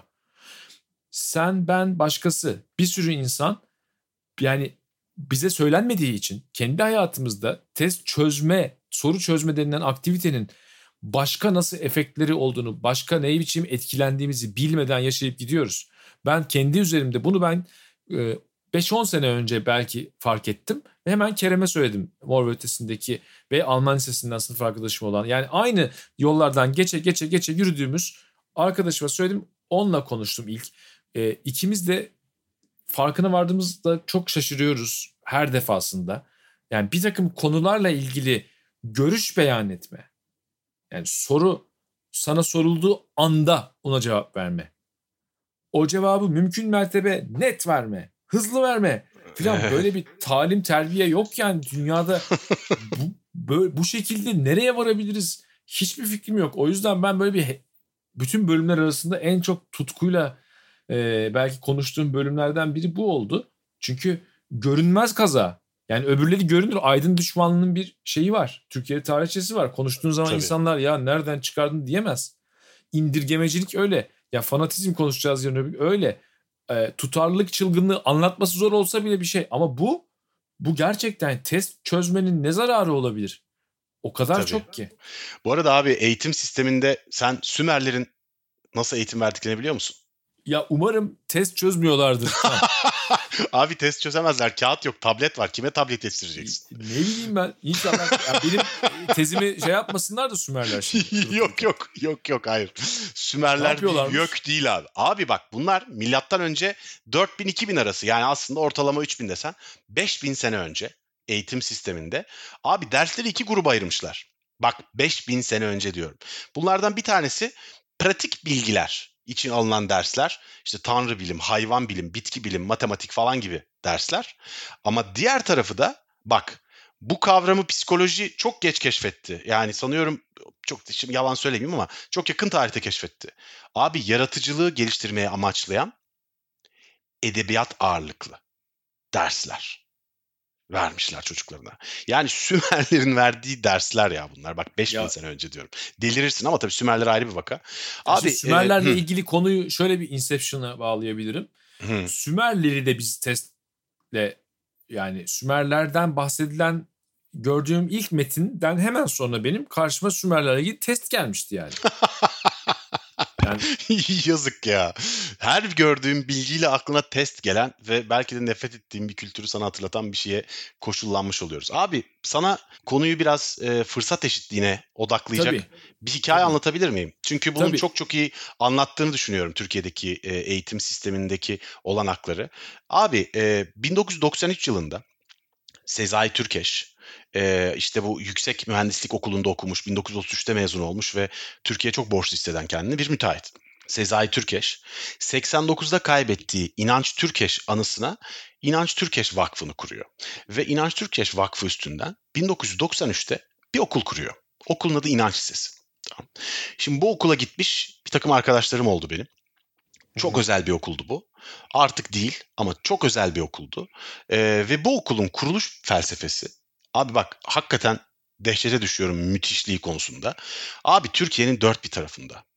C: Sen, ben, başkası, bir sürü insan, yani bize söylenmediği için kendi hayatımızda test çözme, soru çözme denilen aktivitenin başka nasıl efektleri olduğunu, başka ne biçim etkilendiğimizi bilmeden yaşayıp gidiyoruz. Ben kendi üzerimde bunu ben beş on sene önce belki fark ettim ve hemen Kerem'e söyledim. Mor ve Ötesi'ndeki ve Alman Lisesi'nden sınıf arkadaşım olan, yani aynı yollardan geçe geçe geçe yürüdüğümüz arkadaşıma söyledim. Onunla konuştum ilk. E, ikimiz de farkına vardığımızda çok şaşırıyoruz her defasında. Yani bir takım konularla ilgili görüş beyan etme. Yani soru sana sorulduğu anda ona cevap verme. O cevabı mümkün mertebe net verme. Hızlı verme falan, böyle bir talim terbiye yok yani dünyada. bu, böyle, bu şekilde nereye varabiliriz hiçbir fikrim yok. O yüzden ben böyle bir bütün bölümler arasında en çok tutkuyla e, belki konuştuğum bölümlerden biri bu oldu. Çünkü görünmez kaza, yani öbürleri görünür, aydın düşmanlığının bir şeyi var. Türkiye'de tarihçesi var. Konuştuğun zaman Tabii. insanlar ya nereden çıkardın diyemez. İndirgemecilik öyle. Ya fanatizm konuşacağız yarın öbür öyle. E, tutarlılık çılgınlığı anlatması zor olsa bile bir şey. Ama bu bu gerçekten test çözmenin ne zararı olabilir? O kadar Tabii. çok ki.
B: Bu arada abi eğitim sisteminde sen Sümerlerin nasıl eğitim verdiklerini biliyor musun?
C: Ya umarım test çözmüyorlardır.
B: Abi test çözemezler. Kağıt yok, tablet var. Kime tablet yetiştireceksin?
C: Ne bileyim ben. İnşallah yani benim tezimi şey yapmasınlar da Sümerler şimdi.
B: yok yok yok yok hayır. Sümerler değil, yok değil abi. Abi bak bunlar milattan önce dört bin iki bin arası, yani aslında ortalama üç bin desen beş bin sene önce eğitim sisteminde abi dersleri iki gruba ayırmışlar. Bak beş bin sene önce diyorum. Bunlardan bir tanesi pratik bilgiler için alınan dersler. İşte tanrı bilim, hayvan bilim, bitki bilim, matematik falan gibi dersler. Ama diğer tarafı da bak bu kavramı psikoloji çok geç keşfetti. Yani sanıyorum, çok şimdi yalan söylemeyeyim ama çok yakın tarihte keşfetti. Abi yaratıcılığı geliştirmeye amaçlayan edebiyat ağırlıklı dersler vermişler çocuklarına. Yani Sümerlerin verdiği dersler ya bunlar. Bak beş bin sene önce diyorum. Delirirsin ama tabii Sümerler ayrı bir vaka.
C: Abi Sümerlerle e, ilgili konuyu şöyle bir Inception'a bağlayabilirim. Hı. Sümerleri de biz testle, yani Sümerlerden bahsedilen gördüğüm ilk metinden hemen sonra benim karşıma Sümerlerle ilgili test gelmişti yani.
B: Yani... Yazık ya. Her gördüğüm bilgiyle aklına test gelen ve belki de nefret ettiğim bir kültürü sana hatırlatan bir şeye koşullanmış oluyoruz. Abi sana konuyu biraz e, fırsat eşitliğine odaklayacak Tabii. bir hikaye Tabii. anlatabilir miyim? Çünkü bunun Tabii. çok çok iyi anlattığını düşünüyorum Türkiye'deki e, eğitim sistemindeki olanakları. Abi e, bin dokuz yüz doksan üç yılında Sezai Türkeş Ee, işte bu yüksek mühendislik okulunda okumuş, bin dokuz yüz otuz üçte mezun olmuş ve Türkiye'ye çok borçlu hisseden kendini bir müteahhit. Sezai Türkeş seksen dokuzda kaybettiği İnanç Türkeş anısına İnanç Türkeş Vakfı'nı kuruyor. Ve İnanç Türkeş Vakfı üstünden bin dokuz yüz doksan üçte bir okul kuruyor. Okulun adı İnanç Lisesi. Tamam. Şimdi bu okula gitmiş bir takım arkadaşlarım oldu benim. Çok Hı-hı. özel bir okuldu bu. Artık değil ama çok özel bir okuldu. Ee, ve bu okulun kuruluş felsefesi, abi bak hakikaten dehşete düşüyorum müthişliği konusunda. Abi Türkiye'nin dört bir tarafında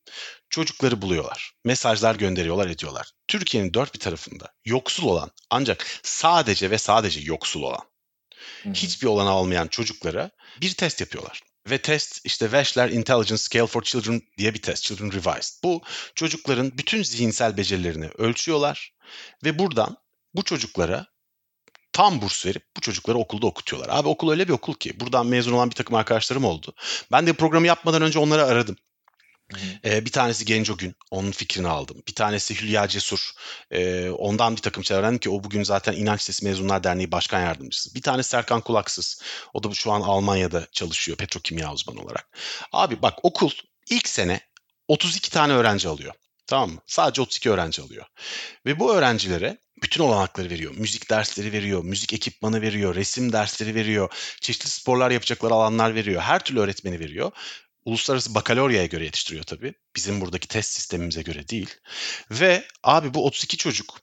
B: Çocukları buluyorlar. Mesajlar gönderiyorlar, ediyorlar. Türkiye'nin dört bir tarafında yoksul olan, ancak sadece ve sadece yoksul olan,
C: Hı hı.
B: hiçbir olanağı olmayan çocuklara bir test yapıyorlar. Ve test işte Wechsler Intelligence Scale for Children diye bir test. Children Revised. Bu çocukların bütün zihinsel becerilerini ölçüyorlar ve buradan bu çocuklara tam burs verip bu çocukları okulda okutuyorlar. Abi okul öyle bir okul ki buradan mezun olan bir takım arkadaşlarım oldu. Ben de programı yapmadan önce onları aradım.
C: Hı hı.
B: Ee, bir tanesi Genco Gün, onun fikrini aldım. Bir tanesi Hülya Cesur, ee, ondan bir takım şeyler öğrendim ki o bugün zaten İnanç Sesi Mezunlar Derneği Başkan Yardımcısı. Bir tanesi Serkan Kulaksız, o da şu an Almanya'da çalışıyor petrokimya uzmanı olarak. Abi bak okul ilk sene otuz iki tane öğrenci alıyor. Tamam mı? Sadece otuz iki öğrenci alıyor. Ve bu öğrencilere bütün olanakları veriyor. Müzik dersleri veriyor, müzik ekipmanı veriyor, resim dersleri veriyor, çeşitli sporlar yapacakları alanlar veriyor. Her türlü öğretmeni veriyor. Uluslararası bakaloryaya göre yetiştiriyor tabii. Bizim buradaki test sistemimize göre değil. Ve abi bu otuz iki çocuk,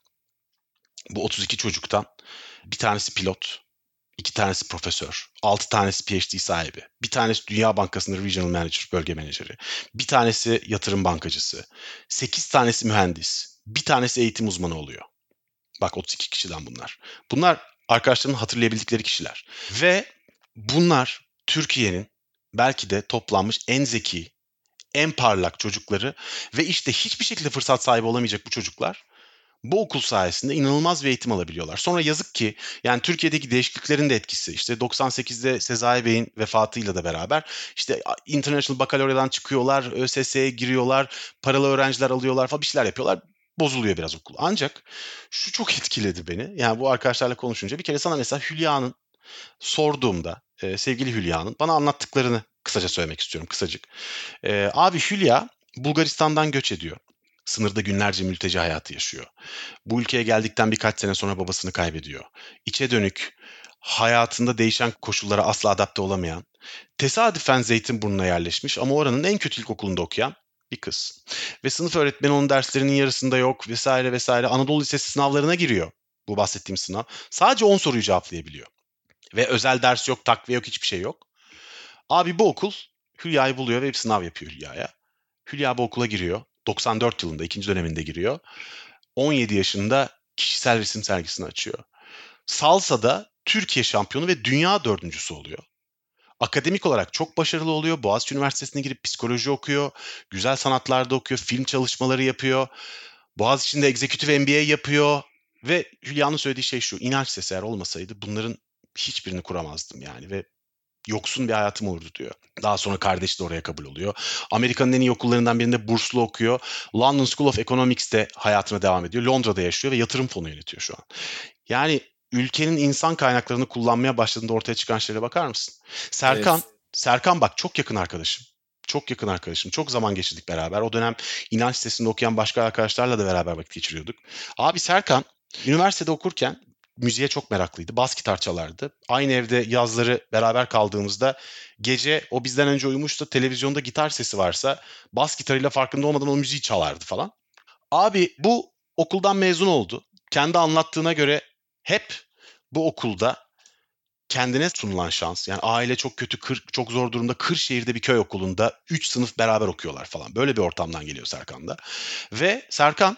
B: bu otuz iki çocuktan bir tanesi pilot, iki tanesi profesör, altı tanesi P H D sahibi, bir tanesi Dünya Bankası'nda Regional Manager, bölge menajeri, bir tanesi yatırım bankacısı, sekiz tanesi mühendis, bir tanesi eğitim uzmanı oluyor. Bak otuz iki kişiden bunlar. Bunlar arkadaşlarının hatırlayabildikleri kişiler. Ve bunlar Türkiye'nin belki de toplanmış en zeki, en parlak çocukları ve işte hiçbir şekilde fırsat sahibi olamayacak bu çocuklar bu okul sayesinde inanılmaz bir eğitim alabiliyorlar. Sonra yazık ki yani Türkiye'deki değişikliklerin de etkisi, işte doksan sekizde Sezai Bey'in vefatıyla da beraber işte International Baccalaureate'dan çıkıyorlar, ÖSS'ye giriyorlar, paralı öğrenciler alıyorlar falan, bir şeyler yapıyorlar. Bozuluyor biraz okul. Ancak şu çok etkiledi beni. Yani bu arkadaşlarla konuşunca bir kere sana mesela Hülya'nın sorduğumda, e, sevgili Hülya'nın bana anlattıklarını kısaca söylemek istiyorum, kısacık. E, abi Hülya Bulgaristan'dan göç ediyor. Sınırda günlerce mülteci hayatı yaşıyor. Bu ülkeye geldikten birkaç sene sonra babasını kaybediyor. İçe dönük, hayatında değişen koşullara asla adapte olamayan, tesadüfen Zeytinburnu'na yerleşmiş ama oranın en kötü ilkokulunda okuyan bir kız. Ve sınıf öğretmeni onun derslerinin yarısında yok vesaire vesaire. Anadolu Lisesi sınavlarına giriyor bu bahsettiğim sınav. Sadece on soruyu cevaplayabiliyor. Ve özel ders yok, takviye yok, hiçbir şey yok. Abi bu okul Hülya'yı buluyor ve bir sınav yapıyor Hülya'ya. Hülya bu okula giriyor. doksan dört yılında ikinci döneminde giriyor. on yedi yaşında kişisel resim sergisini açıyor. Salsa'da Türkiye şampiyonu ve dünya dördüncüsü oluyor. Akademik olarak çok başarılı oluyor. Boğaziçi Üniversitesi'ne girip psikoloji okuyor. Güzel sanatlarda okuyor. Film çalışmaları yapıyor. Boğaziçi'nde Executive M B A yapıyor. Ve Hülya'nın söylediği şey şu: İnanç Sesi eğer olmasaydı bunların hiçbirini kuramazdım yani ve yoksun bir hayatım olurdu diyor. Daha sonra kardeşi de oraya kabul oluyor. Amerika'nın en iyi okullarından birinde burslu okuyor. London School of Economics'te hayatına devam ediyor. Londra'da yaşıyor ve yatırım fonu yönetiyor şu an. Yani ülkenin insan kaynaklarını kullanmaya başladığında ortaya çıkan şeylere bakar mısın? Serkan,
C: Evet.
B: Serkan bak çok yakın arkadaşım. Çok yakın arkadaşım. Çok zaman geçirdik beraber. O dönem İnanç Sitesi'nde okuyan başka arkadaşlarla da beraber vakit geçiriyorduk. Abi Serkan üniversitede okurken müziğe çok meraklıydı. Bas gitar çalardı. Aynı evde yazları beraber kaldığımızda gece o bizden önce uyumuştu. Televizyonda gitar sesi varsa bas gitarıyla farkında olmadan o müziği çalardı falan. Abi bu okuldan mezun oldu. Kendi anlattığına göre hep bu okulda kendine sunulan şans. Yani aile çok kötü, kır, çok zor durumda. Kırşehir'de bir köy okulunda üç sınıf beraber okuyorlar falan. Böyle bir ortamdan geliyor Serkan'da. Ve Serkan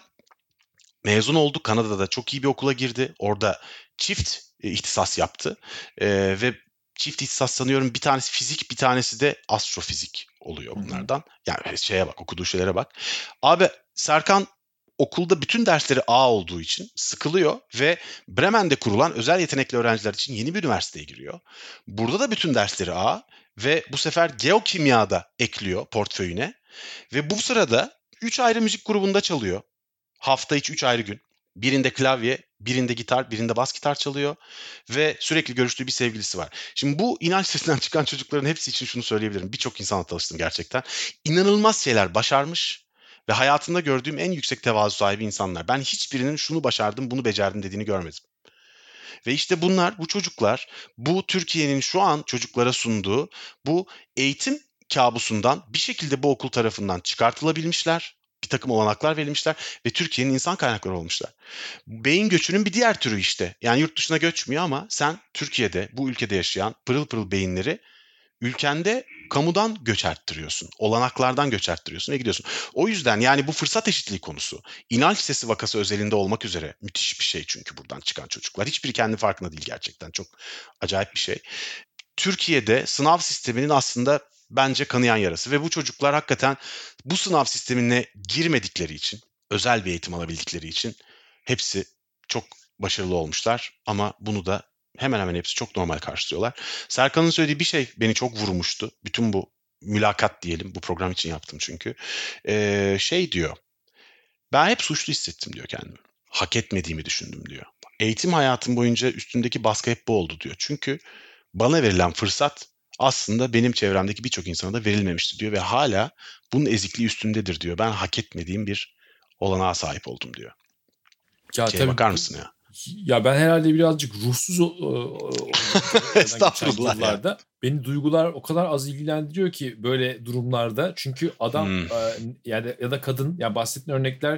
B: mezun oldu. Kanada'da çok iyi bir okula girdi. Orada çift e, ihtisas yaptı. E, ve çift ihtisas sanıyorum bir tanesi fizik, bir tanesi de astrofizik oluyor bunlardan. Yani şeye bak, okuduğu şeylere bak. Abi Serkan okulda bütün dersleri A olduğu için sıkılıyor ve Bremen'de kurulan özel yetenekli öğrenciler için yeni bir üniversiteye giriyor. Burada da bütün dersleri A ve bu sefer geokimyada ekliyor portföyüne ve bu sırada üç ayrı müzik grubunda çalıyor. Hafta içi üç ayrı gün. Birinde klavye, birinde gitar, birinde bas gitar çalıyor ve sürekli görüştüğü bir sevgilisi var. Şimdi bu inanç sesinden çıkan çocukların hepsi için şunu söyleyebilirim. Birçok insanla tanıştım gerçekten. İnanılmaz şeyler başarmış ve hayatında gördüğüm en yüksek tevazu sahibi insanlar. Ben hiçbirinin şunu başardım, bunu becerdim dediğini görmedim. Ve işte bunlar, bu çocuklar, bu Türkiye'nin şu an çocuklara sunduğu bu eğitim kabusundan bir şekilde bu okul tarafından çıkartılabilmişler. Bir takım olanaklar verilmişler ve Türkiye'nin insan kaynakları olmuşlar. Beyin göçünün bir diğer türü işte. Yani yurt dışına göçmüyor ama sen Türkiye'de, bu ülkede yaşayan pırıl pırıl beyinleri ülkende kamudan göçerttiriyorsun. Olanaklardan göçerttiriyorsun ve gidiyorsun. O yüzden yani bu fırsat eşitliği konusu İnanç Lisesi vakası özelinde olmak üzere müthiş bir şey çünkü buradan çıkan çocuklar. Hiçbiri kendi farkında değil gerçekten. Çok acayip bir şey. Türkiye'de sınav sisteminin aslında bence kanayan yarası ve bu çocuklar hakikaten bu sınav sistemine girmedikleri için, özel bir eğitim alabildikleri için hepsi çok başarılı olmuşlar ama bunu da hemen hemen hepsi çok normal karşılıyorlar. Serkan'ın söylediği bir şey beni çok vurmuştu. Bütün bu mülakat diyelim, bu program için yaptım çünkü. Ee, şey diyor, ben hep suçlu hissettim diyor kendimi. Hak etmediğimi düşündüm diyor. Eğitim hayatım boyunca üstümdeki baskı hep bu oldu diyor. Çünkü bana verilen fırsat aslında benim çevremdeki birçok insana da verilmemişti diyor ve hala bunun ezikliği üstündedir diyor. Ben hak etmediğim bir olanağa sahip oldum diyor.
C: Ya
B: Şeye
C: tabii,
B: bakar mısın ya?
C: Ya ben herhalde birazcık ruhsuz o, o, o,
B: Estağfurullah
C: yıllarda ya. Beni duygular o kadar az ilgilendiriyor ki böyle durumlarda. Çünkü adam
B: Hmm.
C: e, yani ya da kadın, ya bahsettiğin örnekler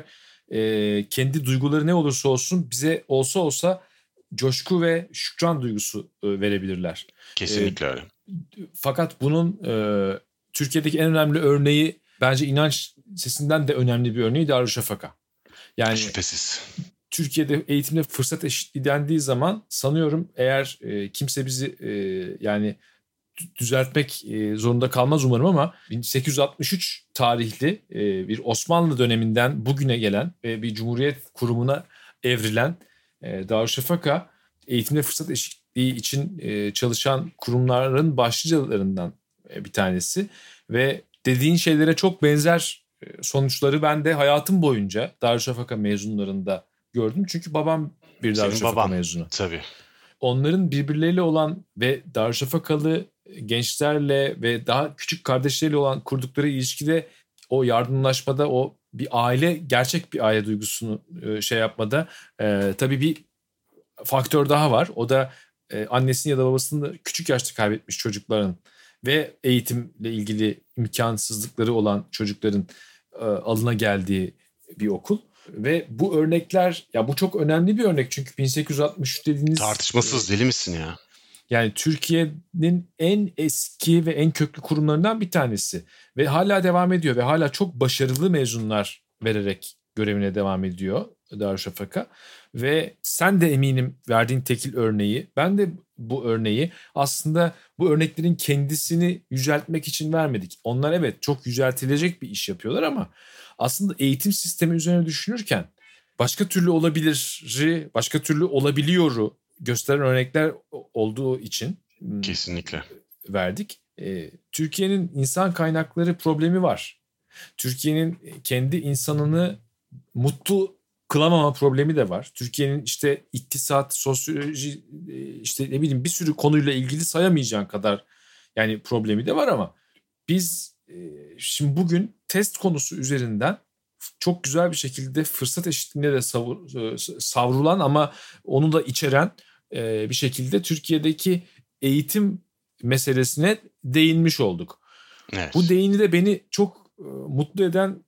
C: e, kendi duyguları ne olursa olsun bize olsa olsa coşku ve şükran duygusu e, verebilirler.
B: Kesinlikle
C: E,
B: öyle.
C: Fakat bunun e, Türkiye'deki en önemli örneği, bence inanç sesinden de önemli bir örneği Darüşşafaka. Yani
B: şüphesiz.
C: Türkiye'de eğitimde fırsat eşitliği dendiği zaman sanıyorum eğer e, kimse bizi e, yani düzeltmek e, zorunda kalmaz umarım ama bin sekiz yüz altmış üç tarihli e, bir Osmanlı döneminden bugüne gelen ve bir cumhuriyet kurumuna evrilen e, Darüşşafaka eğitimde fırsat eşitliği için e, çalışan kurumların başlıcalarından e, bir tanesi ve dediğin şeylere çok benzer e, sonuçları ben de hayatım boyunca Darüşşafaka mezunlarında gördüm. Çünkü babam bir Darüşşafaka mezunu.
B: Tabii.
C: Onların birbirleriyle olan ve Darüşşafakalı gençlerle ve daha küçük kardeşleriyle olan kurdukları ilişkide, o yardımlaşmada, o bir aile, gerçek bir aile duygusunu şey yapmada e, tabii bir faktör daha var. O da e, annesini ya da babasını küçük yaşta kaybetmiş çocukların ve eğitimle ilgili imkansızlıkları olan çocukların e, alına geldiği bir okul. Ve bu örnekler, ya bu çok önemli bir örnek çünkü bin sekiz yüz altmış üç dediğiniz...
B: Tartışmasız, deli misin ya?
C: Yani Türkiye'nin en eski ve en köklü kurumlarından bir tanesi. Ve hala devam ediyor ve hala çok başarılı mezunlar vererek görevine devam ediyor Darüşşafaka. Ve sen de eminim verdiğin tekil örneği, ben de bu örneği aslında bu örneklerin kendisini yüceltmek için vermedik. Onlar evet çok yüceltilecek bir iş yapıyorlar ama aslında eğitim sistemi üzerine düşünürken başka türlü olabiliri, başka türlü olabiliyoru gösteren örnekler olduğu için
B: kesinlikle
C: verdik. Ee, Türkiye'nin insan kaynakları problemi var. Türkiye'nin kendi insanını mutlu kılamama problemi de var. Türkiye'nin işte iktisat, sosyoloji, işte ne bileyim bir sürü konuyla ilgili sayamayacağın kadar yani problemi de var ama biz şimdi bugün test konusu üzerinden çok güzel bir şekilde fırsat eşitliğine de savur, savrulan ama onu da içeren bir şekilde Türkiye'deki eğitim meselesine değinmiş olduk.
B: Evet.
C: Bu değini de beni çok mutlu eden,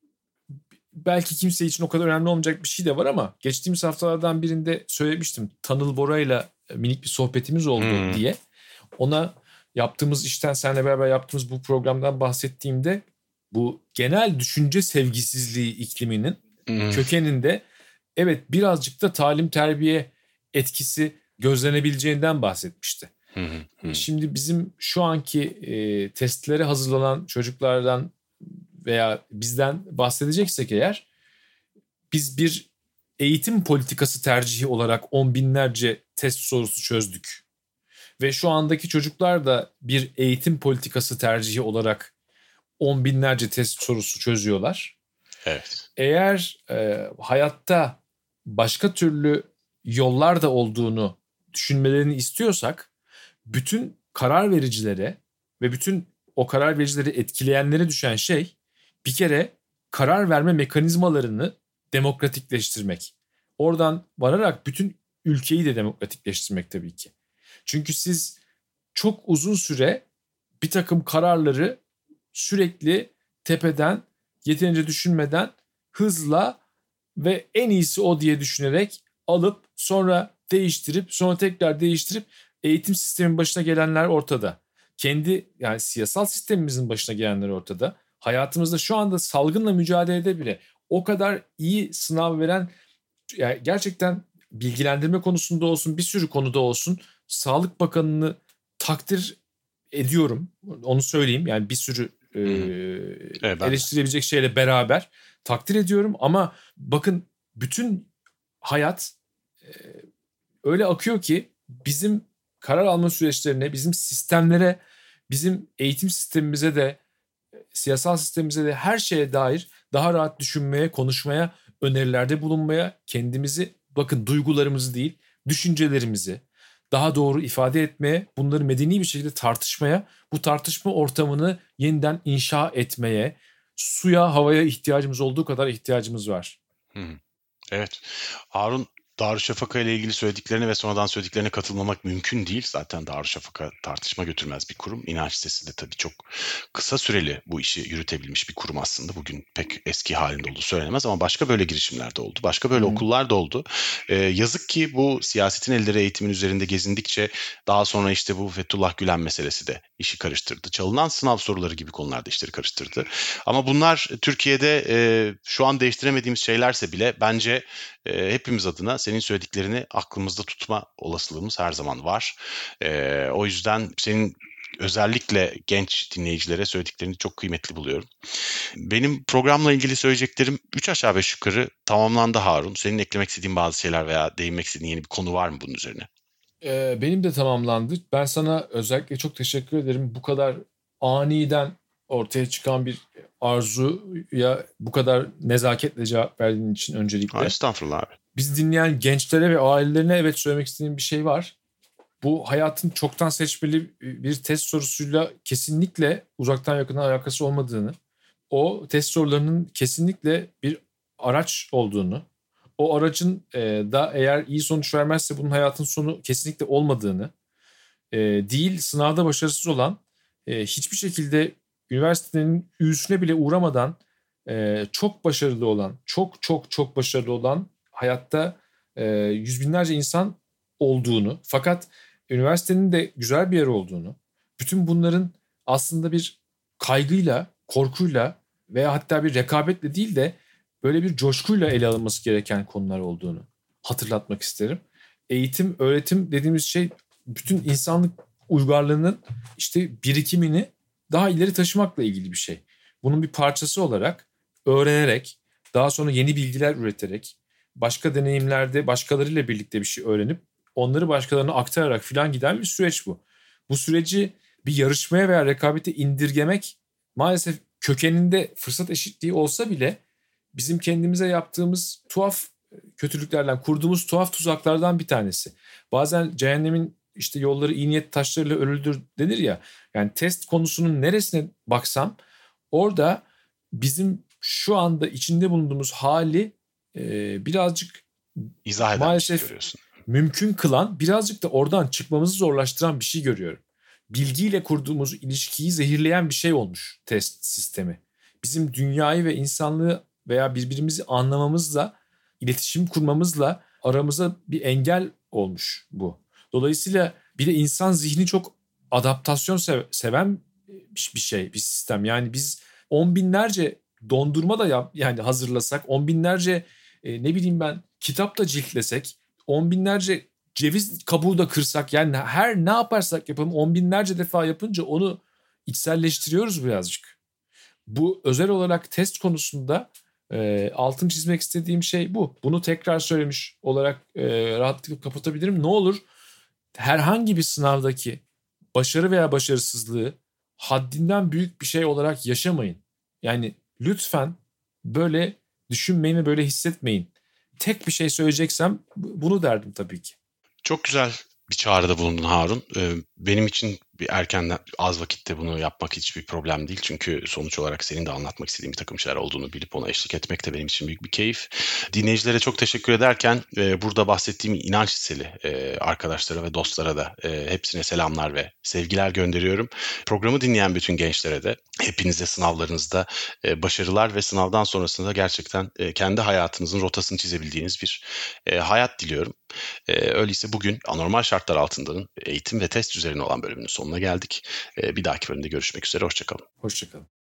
C: belki kimse için o kadar önemli olmayacak bir şey de var ama geçtiğimiz haftalardan birinde söylemiştim. Tanıl Bora'yla minik bir sohbetimiz oldu hmm. diye. Ona yaptığımız işten, seninle beraber yaptığımız bu programdan bahsettiğimde bu genel düşünce sevgisizliği ikliminin hmm. kökeninde evet birazcık da talim terbiye etkisi gözlenebileceğinden bahsetmişti.
B: Hmm. Hmm.
C: Şimdi bizim şu anki e, testlere hazırlanan çocuklardan veya bizden bahsedeceksek eğer, biz bir eğitim politikası tercihi olarak on binlerce test sorusu çözdük. Ve şu andaki çocuklar da bir eğitim politikası tercihi olarak on binlerce test sorusu çözüyorlar.
B: Evet.
C: Eğer e, hayatta başka türlü yollar da olduğunu düşünmelerini istiyorsak, bütün karar vericilere ve bütün o karar vericileri etkileyenlere düşen şey, bir kere karar verme mekanizmalarını demokratikleştirmek. Oradan vararak bütün ülkeyi de demokratikleştirmek tabii ki. Çünkü siz çok uzun süre bir takım kararları sürekli tepeden, yeterince düşünmeden, hızla ve en iyisi o diye düşünerek alıp sonra değiştirip sonra tekrar değiştirip eğitim sistemin başına gelenler ortada. kendi yani siyasal sistemimizin başına gelenler ortada. Hayatımızda şu anda salgınla mücadelede bile o kadar iyi sınav veren, yani gerçekten bilgilendirme konusunda olsun, bir sürü konuda olsun Sağlık Bakanı'nı takdir ediyorum. Onu söyleyeyim. Yani bir sürü e, evet, eleştirebilecek şeyle beraber takdir ediyorum. Ama bakın bütün hayat e, öyle akıyor ki bizim karar alma süreçlerine, bizim sistemlere, bizim eğitim sistemimize de, siyasal sistemimize de, her şeye dair daha rahat düşünmeye, konuşmaya, önerilerde bulunmaya, kendimizi, bakın duygularımızı değil, düşüncelerimizi daha doğru ifade etmeye, bunları medeni bir şekilde tartışmaya, bu tartışma ortamını yeniden inşa etmeye, suya, havaya ihtiyacımız olduğu kadar ihtiyacımız var.
B: Hı. Evet. Harun, Darüşşafaka ile ilgili söylediklerine ve sonradan söylediklerine katılmamak mümkün değil. Zaten Darüşşafaka tartışma götürmez bir kurum. İnanç Sitesi de tabii çok kısa süreli bu işi yürütebilmiş bir kurum aslında. Bugün pek eski halinde olduğu söylenemez ama başka böyle girişimler de oldu. Başka böyle hmm. okullar da oldu. Ee, yazık ki bu siyasetin elleri eğitimin üzerinde gezindikçe daha sonra işte bu Fethullah Gülen meselesi de işi karıştırdı. Çalınan sınav soruları gibi konularda işleri karıştırdı. Ama bunlar Türkiye'de e, şu an değiştiremediğimiz şeylerse bile bence e, hepimiz adına senin söylediklerini aklımızda tutma olasılığımız her zaman var. Ee, o yüzden senin özellikle genç dinleyicilere söylediklerini çok kıymetli buluyorum. Benim programla ilgili söyleyeceklerim üç aşağı beş yukarı tamamlandı Harun. Senin eklemek istediğin bazı şeyler veya değinmek istediğin yeni bir konu var mı bunun üzerine?
C: Ee, benim de tamamlandı. Ben sana özellikle çok teşekkür ederim. Bu kadar aniden ortaya çıkan bir arzuya bu kadar nezaketle cevap verdiğin için öncelikle.
B: Ha, estağfurullah abi.
C: Biz dinleyen gençlere ve ailelerine evet söylemek istediğim bir şey var. Bu hayatın çoktan seçmeli bir test sorusuyla kesinlikle uzaktan yakından alakası olmadığını, o test sorularının kesinlikle bir araç olduğunu, o aracın e, da eğer iyi sonuç vermezse bunun hayatın sonu kesinlikle olmadığını, e, değil sınavda başarısız olan, e, hiçbir şekilde üniversitenin üstüne bile uğramadan e, çok başarılı olan, çok çok çok başarılı olan hayatta e, yüz binlerce insan olduğunu, fakat üniversitenin de güzel bir yer olduğunu, bütün bunların aslında bir kaygıyla, korkuyla veya hatta bir rekabetle değil de böyle bir coşkuyla ele alınması gereken konular olduğunu hatırlatmak isterim. Eğitim, öğretim dediğimiz şey bütün insanlık uygarlığının işte birikimini daha ileri taşımakla ilgili bir şey. Bunun bir parçası olarak öğrenerek, daha sonra yeni bilgiler üreterek, başka deneyimlerde başkalarıyla birlikte bir şey öğrenip onları başkalarına aktararak filan giden bir süreç bu. Bu süreci bir yarışmaya veya rekabete indirgemek maalesef kökeninde fırsat eşitliği olsa bile bizim kendimize yaptığımız tuhaf kötülüklerden, kurduğumuz tuhaf tuzaklardan bir tanesi. Bazen cehennemin işte yolları iyi niyet taşlarıyla örüldür denir ya. Yani test konusunun neresine baksam orada bizim şu anda içinde bulunduğumuz hali e, birazcık
B: İzah
C: maalesef mümkün kılan, birazcık da oradan çıkmamızı zorlaştıran bir şey görüyorum. Bilgiyle kurduğumuz ilişkiyi zehirleyen bir şey olmuş test sistemi. Bizim dünyayı ve insanlığı veya birbirimizi anlamamızla, iletişim kurmamızla aramıza bir engel olmuş bu. Dolayısıyla bir de insan zihni çok adaptasyon seven bir şey, bir sistem. Yani biz on binlerce dondurma da yap, yani hazırlasak, on binlerce e, ne bileyim ben kitap da ciltlesek, on binlerce ceviz kabuğu da kırsak, yani her ne yaparsak yapalım on binlerce defa yapınca onu içselleştiriyoruz birazcık. Bu özel olarak test konusunda e, altın çizmek istediğim şey bu. Bunu tekrar söylemiş olarak e, rahatlıkla kapatabilirim. Ne olur herhangi bir sınavdaki başarı veya başarısızlığı haddinden büyük bir şey olarak yaşamayın. Yani lütfen böyle düşünmeyin ve böyle hissetmeyin. Tek bir şey söyleyeceksem bunu derdim tabii ki.
B: Çok güzel bir çağrıda bulundun Harun. Ee, benim için bir erkenden az vakitte bunu yapmak hiçbir problem değil. Çünkü sonuç olarak senin de anlatmak istediğin bir takım şeyler olduğunu bilip ona eşlik etmek de benim için büyük bir keyif. Dinleyicilere çok teşekkür ederken e, burada bahsettiğim inanç liseli e, arkadaşlara ve dostlara da e, hepsine selamlar ve sevgiler gönderiyorum. Programı dinleyen bütün gençlere de hepinize sınavlarınızda e, başarılar ve sınavdan sonrasında gerçekten e, kendi hayatınızın rotasını çizebildiğiniz bir e, hayat diliyorum. E, öyleyse bugün Anormal Şartlar Altında'nın eğitim ve test üzerine olan bölümünün sonuna sonuna geldik. Bir dahaki bölümde görüşmek üzere. Hoşçakalın.
C: Hoşçakalın.